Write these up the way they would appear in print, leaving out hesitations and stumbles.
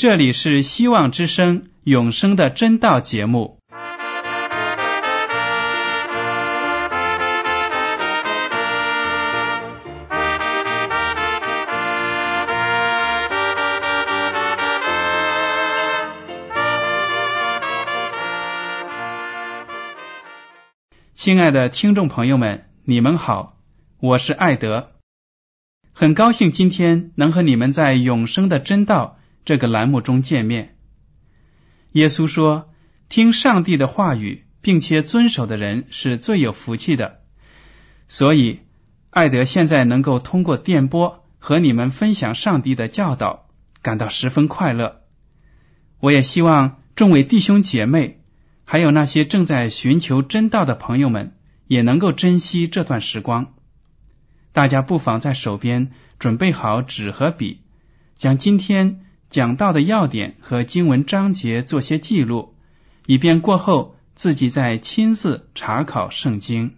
这里是希望之声永生的真道节目。亲爱的听众朋友们，你们好，我是艾德，很高兴今天能和你们在永生的真道这个栏目中见面。耶稣说，听上帝的话语并且遵守的人是最有福气的，所以艾德现在能够通过电波和你们分享上帝的教导，感到十分快乐。我也希望众位弟兄姐妹还有那些正在寻求真道的朋友们也能够珍惜这段时光。大家不妨在手边准备好纸和笔，将今天讲到的要点和经文章节做些记录，以便过后自己再亲自查考圣经。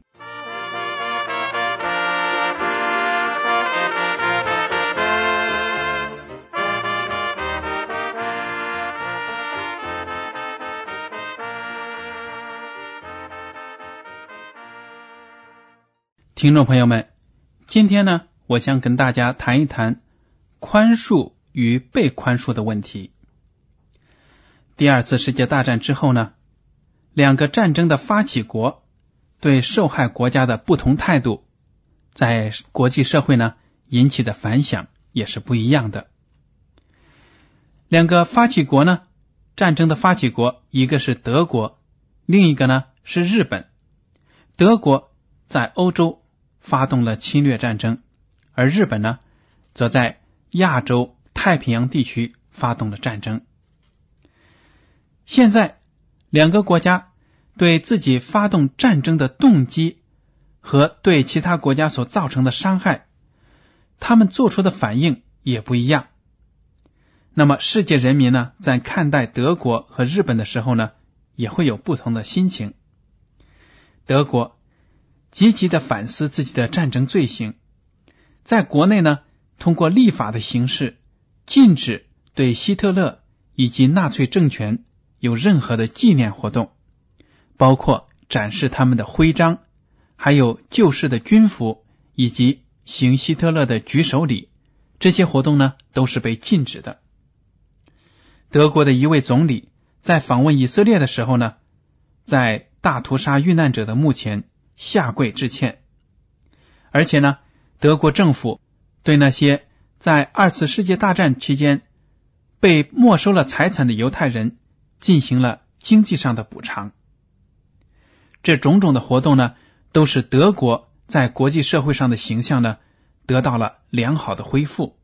听众朋友们，今天呢，我想跟大家谈一谈宽恕与被宽恕的问题。第二次世界大战之后呢，两个战争的发起国对受害国家的不同态度，在国际社会呢引起的反响也是不一样的。两个发起国呢，战争的发起国，一个是德国，另一个呢是日本。德国在欧洲发动了侵略战争，而日本呢，则在亚洲太平洋地区发动了战争。现在两个国家对自己发动战争的动机和对其他国家所造成的伤害，他们做出的反应也不一样。那么世界人民呢，在看待德国和日本的时候呢，也会有不同的心情。德国积极地反思自己的战争罪行，在国内呢，通过立法的形式禁止对希特勒以及纳粹政权有任何的纪念活动，包括展示他们的徽章，还有旧式的军服，以及行希特勒的举手礼，这些活动呢都是被禁止的。德国的一位总理在访问以色列的时候呢，在大屠杀遇难者的墓前下跪致歉，而且呢，德国政府对那些在二次世界大战期间被没收了财产的犹太人进行了经济上的补偿。这种种的活动呢，都使德国在国际社会上的形象呢得到了良好的恢复。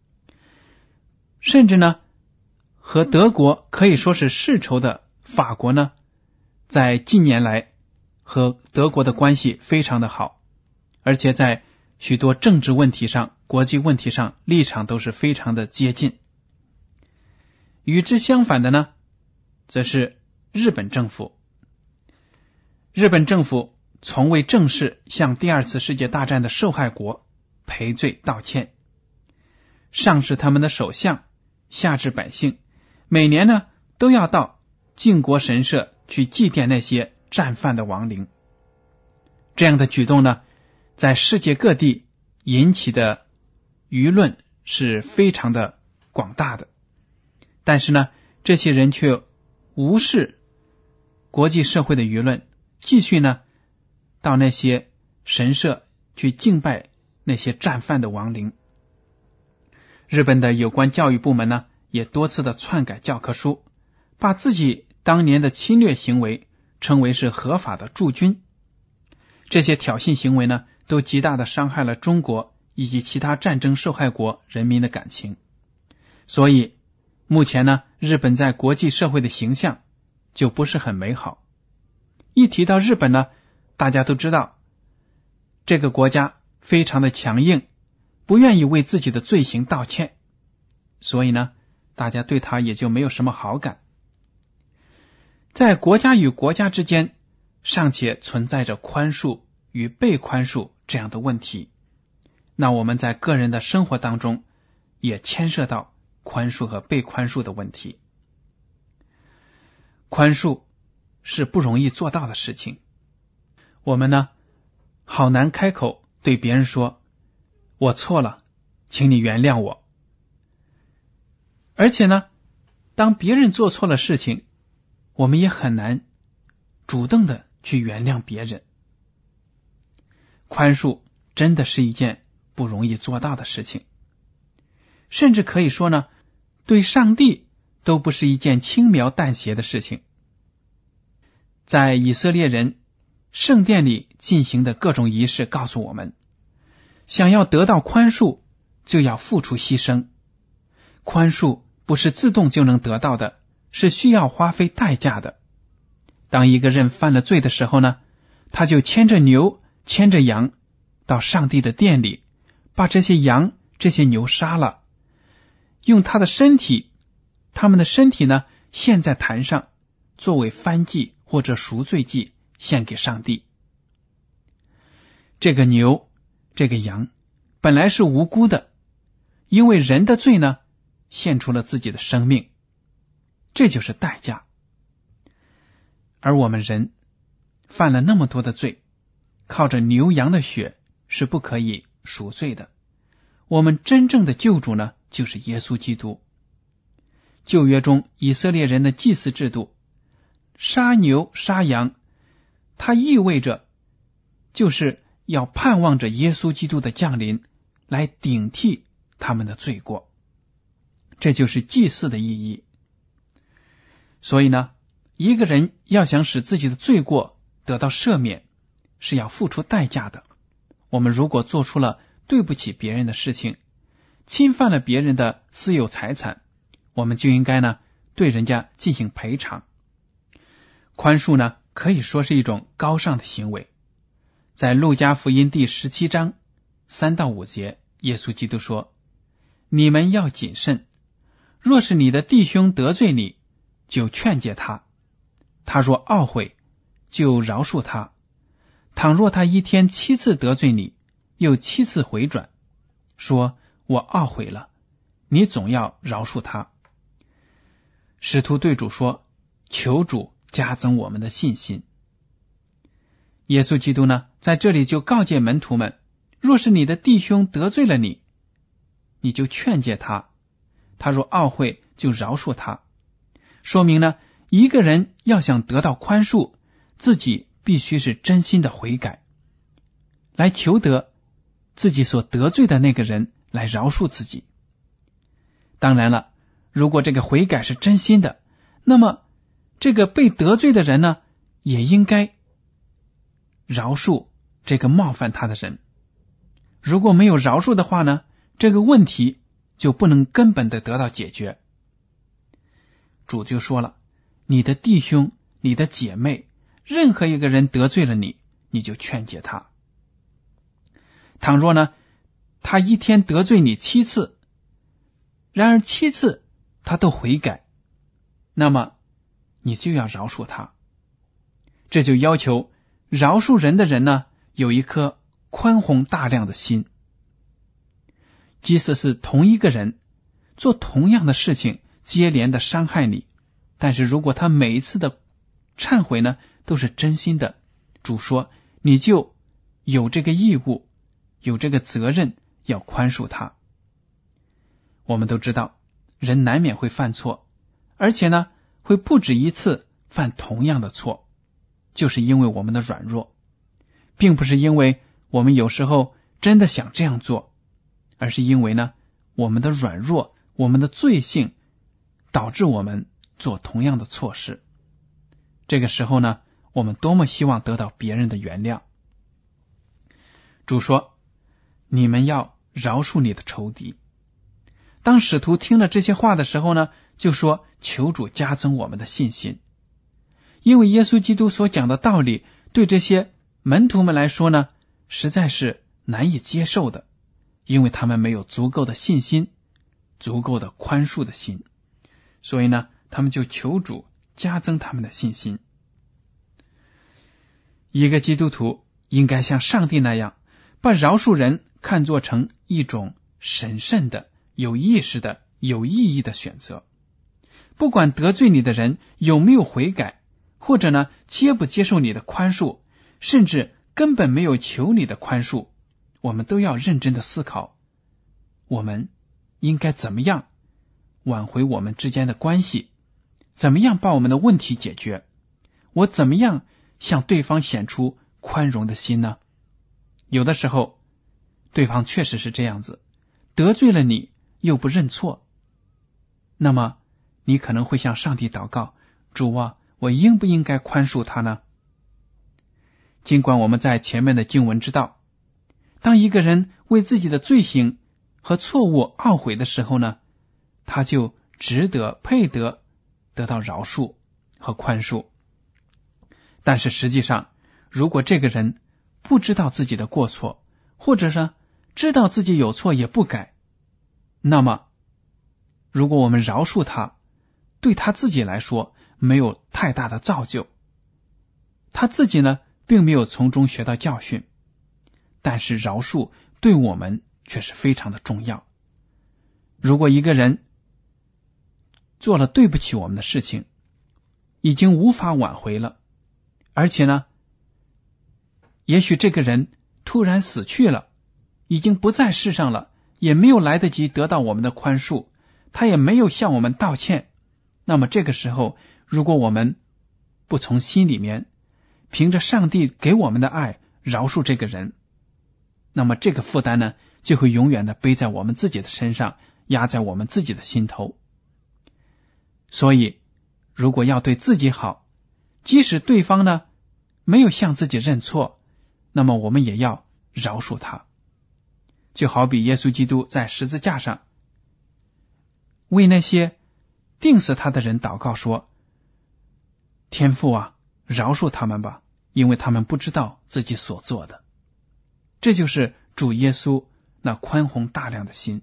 甚至呢，和德国可以说是世仇的法国呢，在近年来和德国的关系非常的好，而且在许多政治问题上、国际问题上立场都是非常的接近。与之相反的呢，则是日本政府。日本政府从未正式向第二次世界大战的受害国赔罪道歉，上至他们的首相，下至百姓，每年呢都要到靖国神社去祭奠那些战犯的亡灵。这样的举动呢，在世界各地引起的舆论是非常的广大的，但是呢，这些人却无视国际社会的舆论，继续呢到那些神社去敬拜那些战犯的亡灵。日本的有关教育部门呢，也多次的篡改教科书，把自己当年的侵略行为称为是合法的驻军。这些挑衅行为呢，都极大的伤害了中国以及其他战争受害国人民的感情。所以目前呢，日本在国际社会的形象就不是很美好。一提到日本呢，大家都知道这个国家非常的强硬，不愿意为自己的罪行道歉，所以呢，大家对他也就没有什么好感。在国家与国家之间尚且存在着宽恕与被宽恕这样的问题，那我们在个人的生活当中也牵涉到宽恕和被宽恕的问题。宽恕是不容易做到的事情，我们呢，好难开口对别人说我错了，请你原谅我。而且呢，当别人做错了事情，我们也很难主动的去原谅别人。宽恕真的是一件不容易做到的事情，甚至可以说呢，对上帝都不是一件轻描淡写的事情。在以色列人圣殿里进行的各种仪式告诉我们，想要得到宽恕，就要付出牺牲。宽恕不是自动就能得到的，是需要花费代价的。当一个人犯了罪的时候呢，他就牵着牛牵着羊到上帝的殿里，把这些羊这些牛杀了，用他们的身体呢献在坛上，作为燔祭或者赎罪祭献给上帝。这个牛这个羊本来是无辜的，因为人的罪呢献出了自己的生命，这就是代价。而我们人犯了那么多的罪，靠着牛羊的血是不可以赎罪的。我们真正的救主呢，就是耶稣基督。旧约中以色列人的祭祀制度，杀牛杀羊，它意味着就是要盼望着耶稣基督的降临，来顶替他们的罪过。这就是祭祀的意义。所以呢，一个人要想使自己的罪过得到赦免，是要付出代价的。我们如果做出了对不起别人的事情，侵犯了别人的私有财产，我们就应该呢对人家进行赔偿。宽恕呢可以说是一种高尚的行为。在路加福音第17章3到5节，耶稣基督说，你们要谨慎，若是你的弟兄得罪你，就劝诫他，他若懊悔，就饶恕他。倘若他一天7次得罪你，又7次回转，说我懊悔了，你总要饶恕他。使徒对主说，求主加增我们的信心。耶稣基督呢，在这里就告诫门徒们，若是你的弟兄得罪了你，你就劝诫他，他若懊悔，就饶恕他。说明呢，一个人要想得到宽恕，自己必须是真心的悔改，来求得自己所得罪的那个人来饶恕自己。当然了，如果这个悔改是真心的，那么这个被得罪的人呢，也应该饶恕这个冒犯他的人。如果没有饶恕的话呢，这个问题就不能根本的得到解决。主就说了，你的弟兄你的姐妹任何一个人得罪了你，你就劝诫他。倘若呢他一天得罪你7次，然而7次他都悔改，那么你就要饶恕他。这就要求饶恕人的人呢，有一颗宽宏大量的心。即使是同一个人做同样的事情，接连的伤害你，但是如果他每一次的忏悔呢都是真心的，主说你就有这个义务，有这个责任要宽恕他。我们都知道人难免会犯错，而且呢会不止一次犯同样的错，就是因为我们的软弱，并不是因为我们有时候真的想这样做，而是因为呢我们的软弱，我们的罪性导致我们做同样的错事。这个时候呢，我们多么希望得到别人的原谅。主说，你们要饶恕你的仇敌。当使徒听了这些话的时候呢，就说求主加增我们的信心。因为耶稣基督所讲的道理对这些门徒们来说呢，实在是难以接受的，因为他们没有足够的信心，足够的宽恕的心，所以呢他们就求主加增他们的信心。一个基督徒应该像上帝那样，把饶恕人看作成一种神圣的有意识的有意义的选择。不管得罪你的人有没有悔改，或者呢接不接受你的宽恕，甚至根本没有求你的宽恕，我们都要认真的思考，我们应该怎么样挽回我们之间的关系，怎么样把我们的问题解决，我怎么样向对方显出宽容的心呢？有的时候对方确实是这样子，得罪了你又不认错，那么你可能会向上帝祷告，主啊，我应不应该宽恕他呢？尽管我们在前面的经文知道，当一个人为自己的罪行和错误懊悔的时候呢，他就值得配得得到饶恕和宽恕。但是实际上，如果这个人不知道自己的过错，或者是知道自己有错也不改，那么如果我们饶恕他，对他自己来说没有太大的造就，他自己呢并没有从中学到教训，但是饶恕对我们却是非常的重要。如果一个人做了对不起我们的事情，已经无法挽回了，而且呢也许这个人突然死去了，已经不在世上了，也没有来得及得到我们的宽恕，他也没有向我们道歉，那么这个时候如果我们不从心里面凭着上帝给我们的爱饶恕这个人，那么这个负担呢就会永远的背在我们自己的身上，压在我们自己的心头。所以如果要对自己好，即使对方呢没有向自己认错，那么我们也要饶恕他。就好比耶稣基督在十字架上为那些钉死他的人祷告说，天父啊，饶恕他们吧，因为他们不知道自己所做的。这就是主耶稣那宽宏大量的心。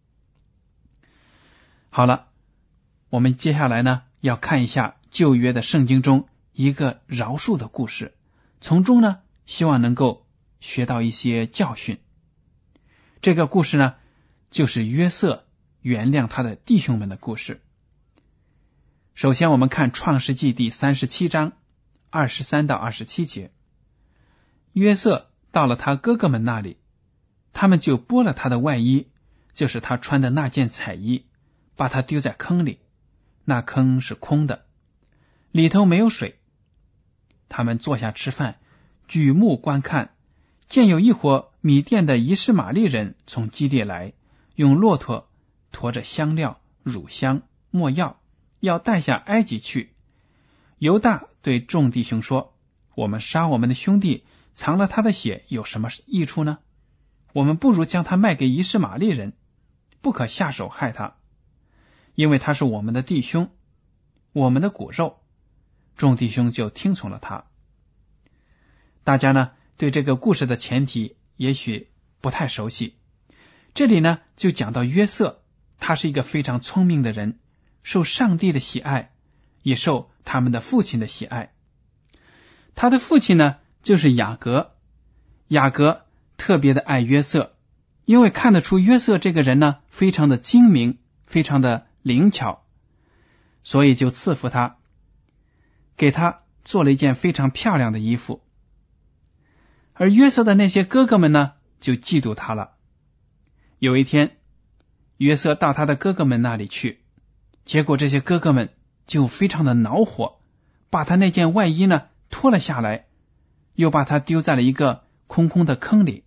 好了，我们接下来呢要看一下旧约的圣经中一个饶恕的故事，从中呢希望能够学到一些教训。这个故事呢就是约瑟原谅他的弟兄们的故事。首先我们看创世纪第37章23到27节。约瑟到了他哥哥们那里，他们就剥了他的外衣，就是他穿的那件彩衣，把他丢在坑里，那坑是空的，里头没有水。他们坐下吃饭，举目观看，见有一伙米甸的以实玛利人从基列来，用骆驼驮着香料、乳香、没药，要带下埃及去。犹大对众弟兄说，我们杀我们的兄弟，藏了他的血有什么益处呢？我们不如将他卖给以实玛利人，不可下手害他，因为他是我们的弟兄，我们的骨肉。众弟兄就听从了他。大家呢对这个故事的前提也许不太熟悉，这里呢就讲到约瑟，他是一个非常聪明的人，受上帝的喜爱，也受他们的父亲的喜爱。他的父亲呢就是雅各，雅各特别的爱约瑟，因为看得出约瑟这个人呢非常的精明，非常的灵巧，所以就赐福他，给他做了一件非常漂亮的衣服。而约瑟的那些哥哥们呢就嫉妒他了。有一天约瑟到他的哥哥们那里去，结果这些哥哥们就非常的恼火，把他那件外衣呢脱了下来，又把他丢在了一个空空的坑里。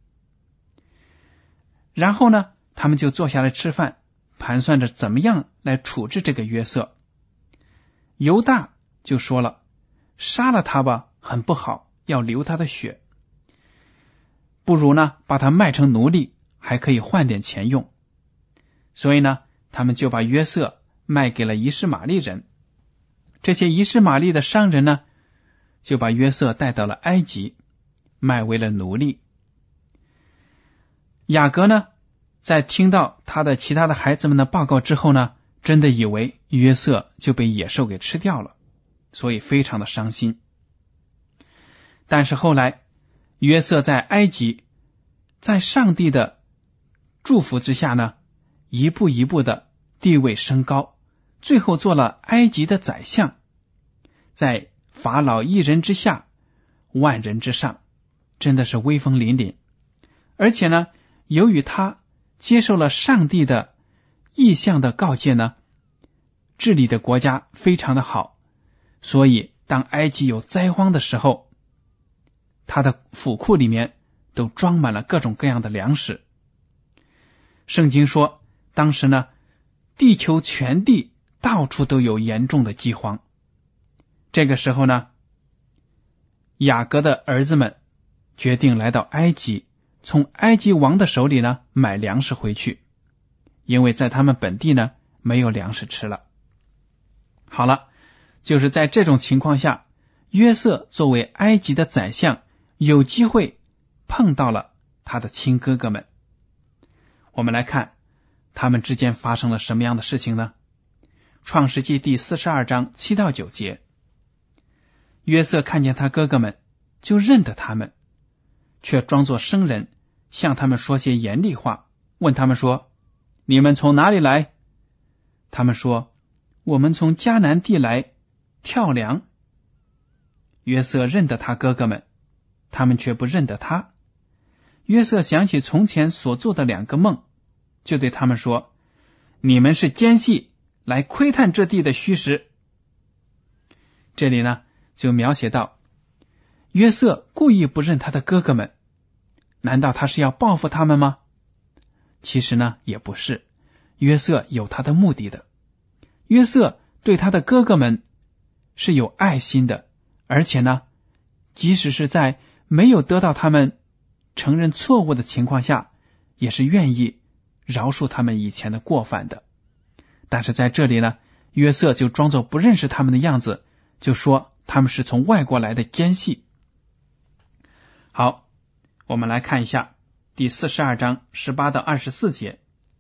然后呢他们就坐下来吃饭，盘算着怎么样来处置这个约瑟。犹大就说了，杀了他吧，很不好，要流他的血，不如呢把他卖成奴隶，还可以换点钱用。所以呢他们就把约瑟卖给了以实玛利人。这些以实玛利的商人呢就把约瑟带到了埃及，卖为了奴隶。雅各呢在听到他的其他的孩子们的报告之后呢，真的以为约瑟就被野兽给吃掉了，所以非常的伤心。但是后来约瑟在埃及，在上帝的祝福之下呢，一步一步的地位升高，最后做了埃及的宰相，在法老一人之下，万人之上，真的是威风凛凛。而且呢，由于他接受了上帝的异象的告诫呢，治理的国家非常的好，所以当埃及有灾荒的时候，他的府库里面都装满了各种各样的粮食。圣经说，当时呢，地球全地到处都有严重的饥荒。这个时候呢，雅各的儿子们决定来到埃及，从埃及王的手里呢买粮食回去，因为在他们本地呢没有粮食吃了。好了，就是在这种情况下，约瑟作为埃及的宰相，有机会碰到了他的亲哥哥们。我们来看他们之间发生了什么样的事情呢？创世纪第42章7到9节，约瑟看见他哥哥们，就认得他们，却装作生人，向他们说些严厉话，问他们说：你们从哪里来？他们说：我们从迦南地来跳粮。约瑟认得他哥哥们，他们却不认得他。约瑟想起从前所做的2个梦，就对他们说：你们是奸细，来窥探这地的虚实。这里呢，就描写到约瑟故意不认他的哥哥们，难道他是要报复他们吗？其实呢，也不是，约瑟有他的目的的。约瑟对他的哥哥们是有爱心的，而且呢，即使是在没有得到他们承认错误的情况下，也是愿意饶恕他们以前的过犯的。但是在这里呢，约瑟就装作不认识他们的样子，就说他们是从外国来的奸细。好，我们来看一下第42章18到24节。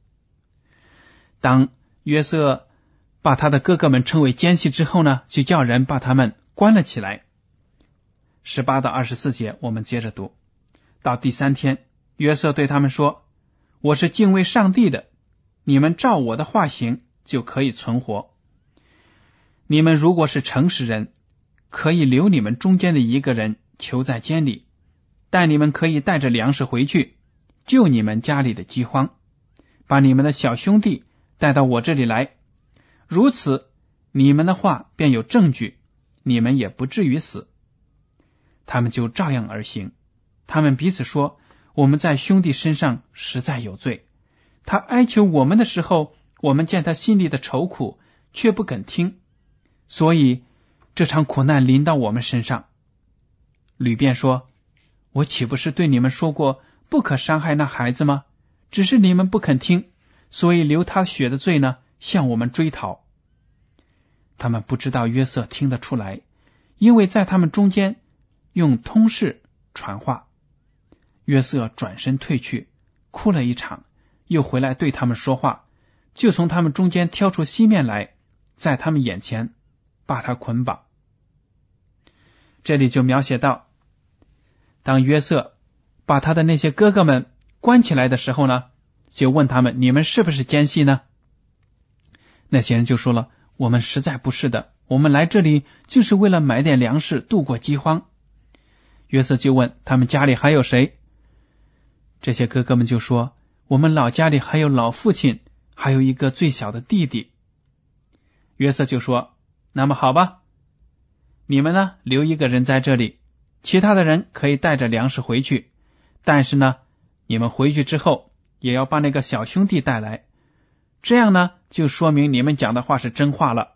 当约瑟把他的哥哥们称为奸细之后呢，就叫人把他们关了起来。18到24节我们接着读。到第3天，约瑟对他们说：我是敬畏上帝的，你们照我的话行，就可以存活。你们如果是诚实人，可以留你们中间的一个人囚在监里，但你们可以带着粮食回去，救你们家里的饥荒，把你们的小兄弟带到我这里来，如此你们的话便有证据，你们也不至于死。他们就照样而行。他们彼此说：我们在兄弟身上实在有罪，他哀求我们的时候，我们见他心里的愁苦，却不肯听，所以这场苦难临到我们身上。吕便说：我岂不是对你们说过不可伤害那孩子吗？只是你们不肯听，所以流他血的罪呢，向我们追讨。他们不知道约瑟听得出来，因为在他们中间用通事传话。约瑟转身退去，哭了一场，又回来对他们说话，就从他们中间挑出西面来，在他们眼前把他捆绑。这里就描写到，当约瑟把他的那些哥哥们关起来的时候呢，就问他们：你们是不是奸细呢？那些人就说了：我们实在不是的，我们来这里就是为了买点粮食度过饥荒。约瑟就问他们家里还有谁？这些哥哥们就说：我们老家里还有老父亲，还有一个最小的弟弟。约瑟就说：那么好吧，你们呢留一个人在这里，其他的人可以带着粮食回去，但是呢，你们回去之后也要把那个小兄弟带来，这样呢就说明你们讲的话是真话了。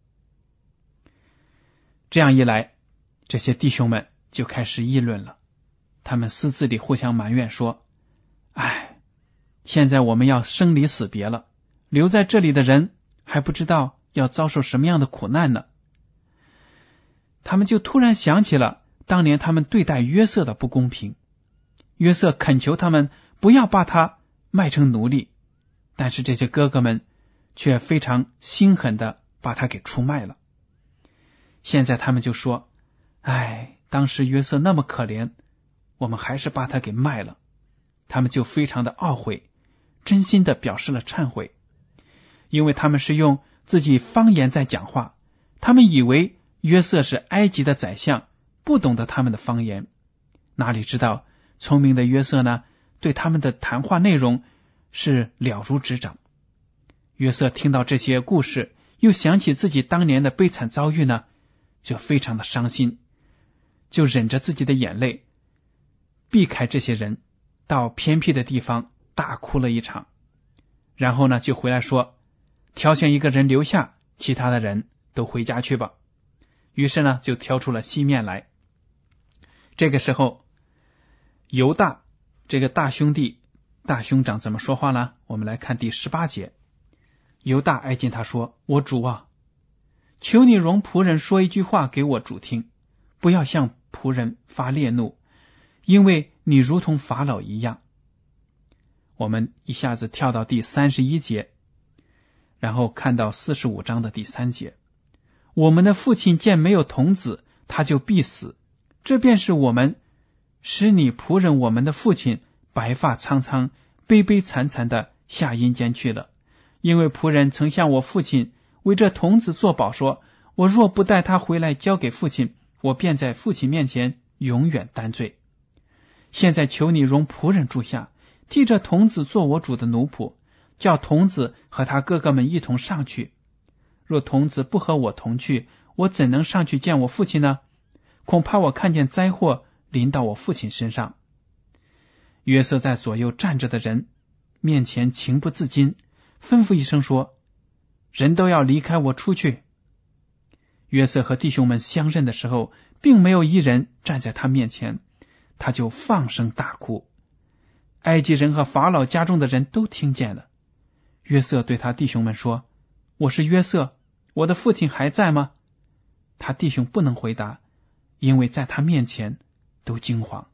这样一来，这些弟兄们就开始议论了，他们私自里互相埋怨说：哎，现在我们要生离死别了，留在这里的人还不知道要遭受什么样的苦难呢。他们就突然想起了当年他们对待约瑟的不公平。约瑟恳求他们不要把他卖成奴隶，但是这些哥哥们却非常心狠的把他给出卖了。现在他们就说：哎，当时约瑟那么可怜，我们还是把他给卖了。他们就非常的懊悔，真心的表示了忏悔。 因为他们是用自己方言在讲话，他们以为约瑟是埃及的宰相，不懂得他们的方言。哪里知道聪明的约瑟呢，对他们的谈话内容是了如指掌。约瑟听到这些故事，又想起自己当年的悲惨遭遇呢，就非常的伤心，就忍着自己的眼泪，避开这些人，到偏僻的地方大哭了一场。然后呢，就回来说，挑选一个人留下，其他的人都回家去吧。于是呢，就挑出了西面来。这个时候，犹大这个大兄弟、大兄长怎么说话呢？我们来看第18节。犹大挨近他说：我主啊，求你容仆人说一句话给我主听，不要向仆人发烈怒，因为你如同法老一样。我们一下子跳到第31节，然后看到45章的第3节。我们的父亲见没有童子，他就必死，这便是我们使你仆人我们的父亲白发苍苍、悲悲惨惨的下阴间去了。因为仆人曾向我父亲为这童子作保说，我若不带他回来交给父亲，我便在父亲面前永远担罪。现在求你容仆人住下，替这童子做我主的奴仆，叫童子和他哥哥们一同上去。若童子不和我同去，我怎能上去见我父亲呢？恐怕我看见灾祸临到我父亲身上。约瑟在左右站着的人面前情不自禁，吩咐一声说，人都要离开我出去。约瑟和弟兄们相认的时候，并没有一人站在他面前，他就放声大哭。埃及人和法老家中的人都听见了。约瑟对他弟兄们说，我是约瑟，我的父亲还在吗？他弟兄不能回答，因为在他面前都惊慌。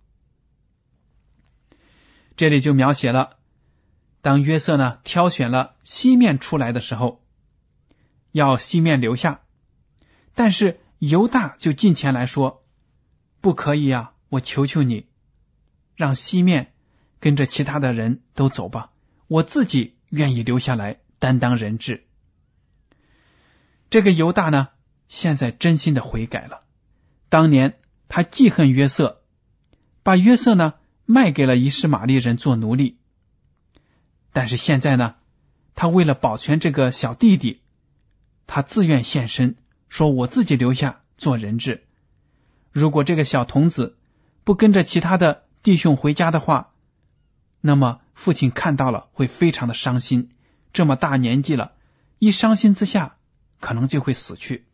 这里就描写了当约瑟呢挑选了西面出来的时候，要西面留下，但是犹大就近前来说，不可以啊，我求求你，让西面跟着其他的人都走吧，我自己愿意留下来担当人质。这个犹大呢，现在真心的悔改了。当年他记恨约瑟，把约瑟呢卖给了以实玛利人做奴隶，但是现在呢，他为了保全这个小弟弟，他自愿献身，说我自己留下做人质。如果这个小童子不跟着其他的弟兄回家的话，那么父亲看到了会非常的伤心，这么大年纪了，一伤心之下可能就会死去。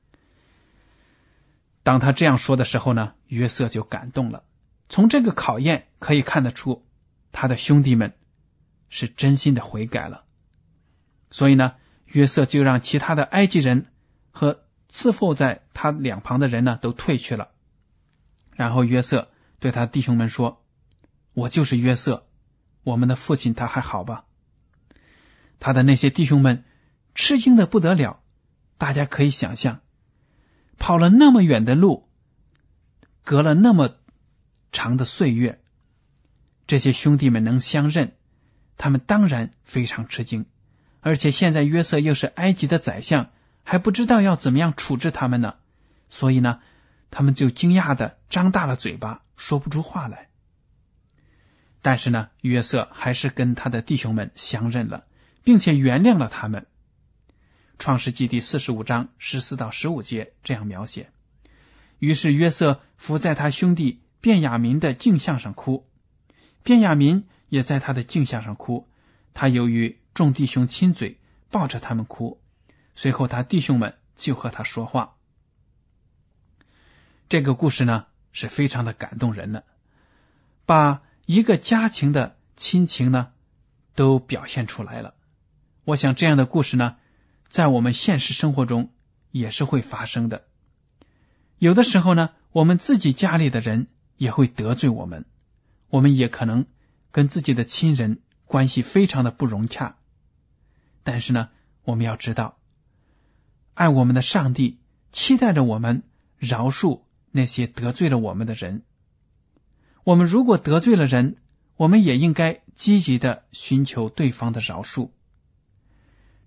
当他这样说的时候呢，约瑟就感动了。从这个考验可以看得出，他的兄弟们是真心的悔改了。所以呢，约瑟就让其他的埃及人和伺候在他两旁的人呢都退去了。然后约瑟对他弟兄们说，我就是约瑟，我们的父亲他还好吧？他的那些弟兄们吃惊的不得了。大家可以想象，跑了那么远的路，隔了那么长的岁月，这些兄弟们能相认，他们当然非常吃惊。而且现在约瑟又是埃及的宰相，还不知道要怎么样处置他们呢，所以呢，他们就惊讶的张大了嘴巴，说不出话来。但是呢，约瑟还是跟他的弟兄们相认了，并且原谅了他们。创世纪第45章14到15节这样描写。于是约瑟伏在他兄弟便雅悯的镜像上哭，便雅悯也在他的镜像上哭，他由于众弟兄亲嘴，抱着他们哭。随后他弟兄们就和他说话。这个故事呢是非常的感动人的，把一个家庭的亲情呢都表现出来了。我想这样的故事呢，在我们现实生活中也是会发生的。有的时候呢，我们自己家里的人也会得罪我们，我们也可能跟自己的亲人关系非常的不融洽。但是呢，我们要知道，爱我们的上帝期待着我们饶恕那些得罪了我们的人。我们如果得罪了人，我们也应该积极的寻求对方的饶恕。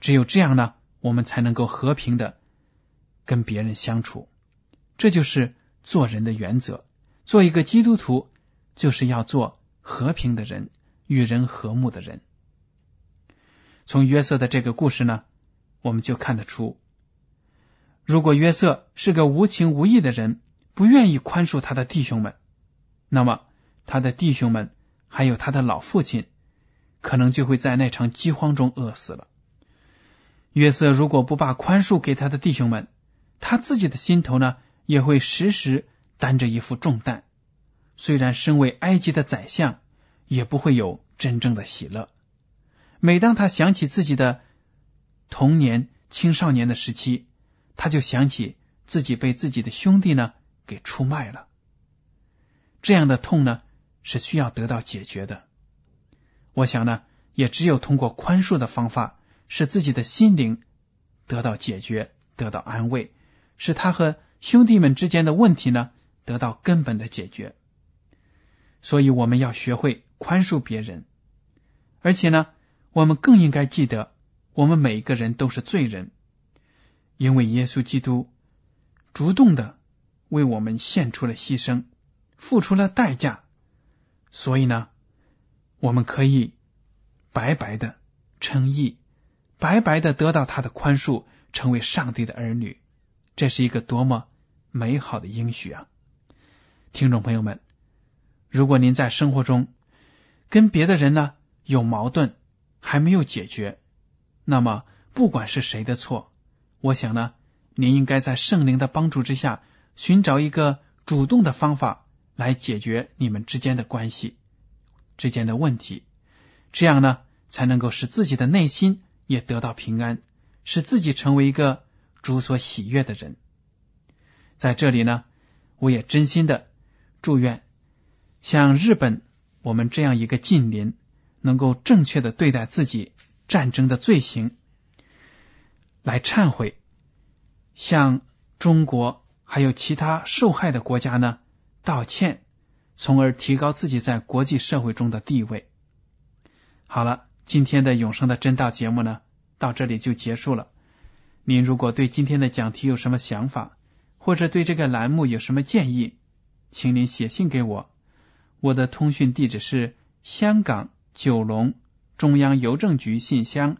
只有这样呢，我们才能够和平的跟别人相处。这就是做人的原则。做一个基督徒，就是要做和平的人，与人和睦的人。从约瑟的这个故事呢，我们就看得出，如果约瑟是个无情无义的人，不愿意宽恕他的弟兄们，那么他的弟兄们还有他的老父亲可能就会在那场饥荒中饿死了。约瑟如果不把宽恕给他的弟兄们，他自己的心头呢也会时时担着一副重担，虽然身为埃及的宰相，也不会有真正的喜乐。每当他想起自己的童年青少年的时期，他就想起自己被自己的兄弟呢给出卖了。这样的痛呢是需要得到解决的。我想呢，也只有通过宽恕的方法，使自己的心灵得到解决，得到安慰，使他和兄弟们之间的问题呢得到根本的解决。所以我们要学会宽恕别人，而且呢，我们更应该记得，我们每一个人都是罪人，因为耶稣基督主动的为我们献出了牺牲，付出了代价，所以呢，我们可以白白的称义，白白的得到他的宽恕，成为上帝的儿女。这是一个多么美好的应许啊！听众朋友们，如果您在生活中跟别的人呢有矛盾还没有解决，那么不管是谁的错，我想呢，您应该在圣灵的帮助之下，寻找一个主动的方法来解决你们之间的关系之间的问题，这样呢才能够使自己的内心也得到平安，使自己成为一个主所喜悦的人。在这里呢，我也真心的祝愿像日本我们这样一个近邻，能够正确的对待自己战争的罪行，来忏悔，向中国还有其他受害的国家呢道歉，从而提高自己在国际社会中的地位。好了，今天的永生的真道节目呢到这里就结束了。您如果对今天的讲题有什么想法，或者对这个栏目有什么建议，请您写信给我。我的通讯地址是香港九龙中央邮政局信箱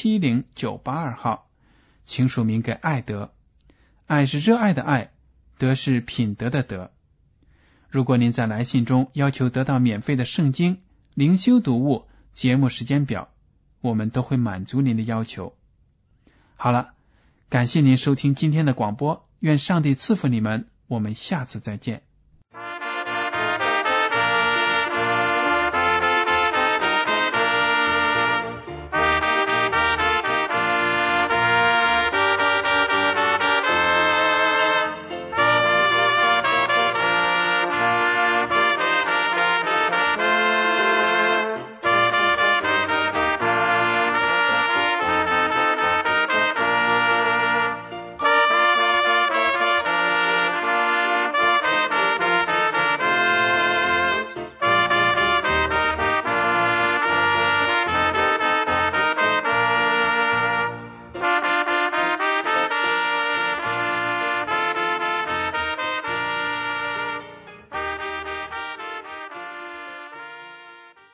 70982号，请署名给爱德。爱是热爱的爱，德是品德的德。如果您在来信中要求得到免费的圣经、灵修读物、节目时间表，我们都会满足您的要求。好了，感谢您收听今天的广播，愿上帝赐福你们，我们下次再见。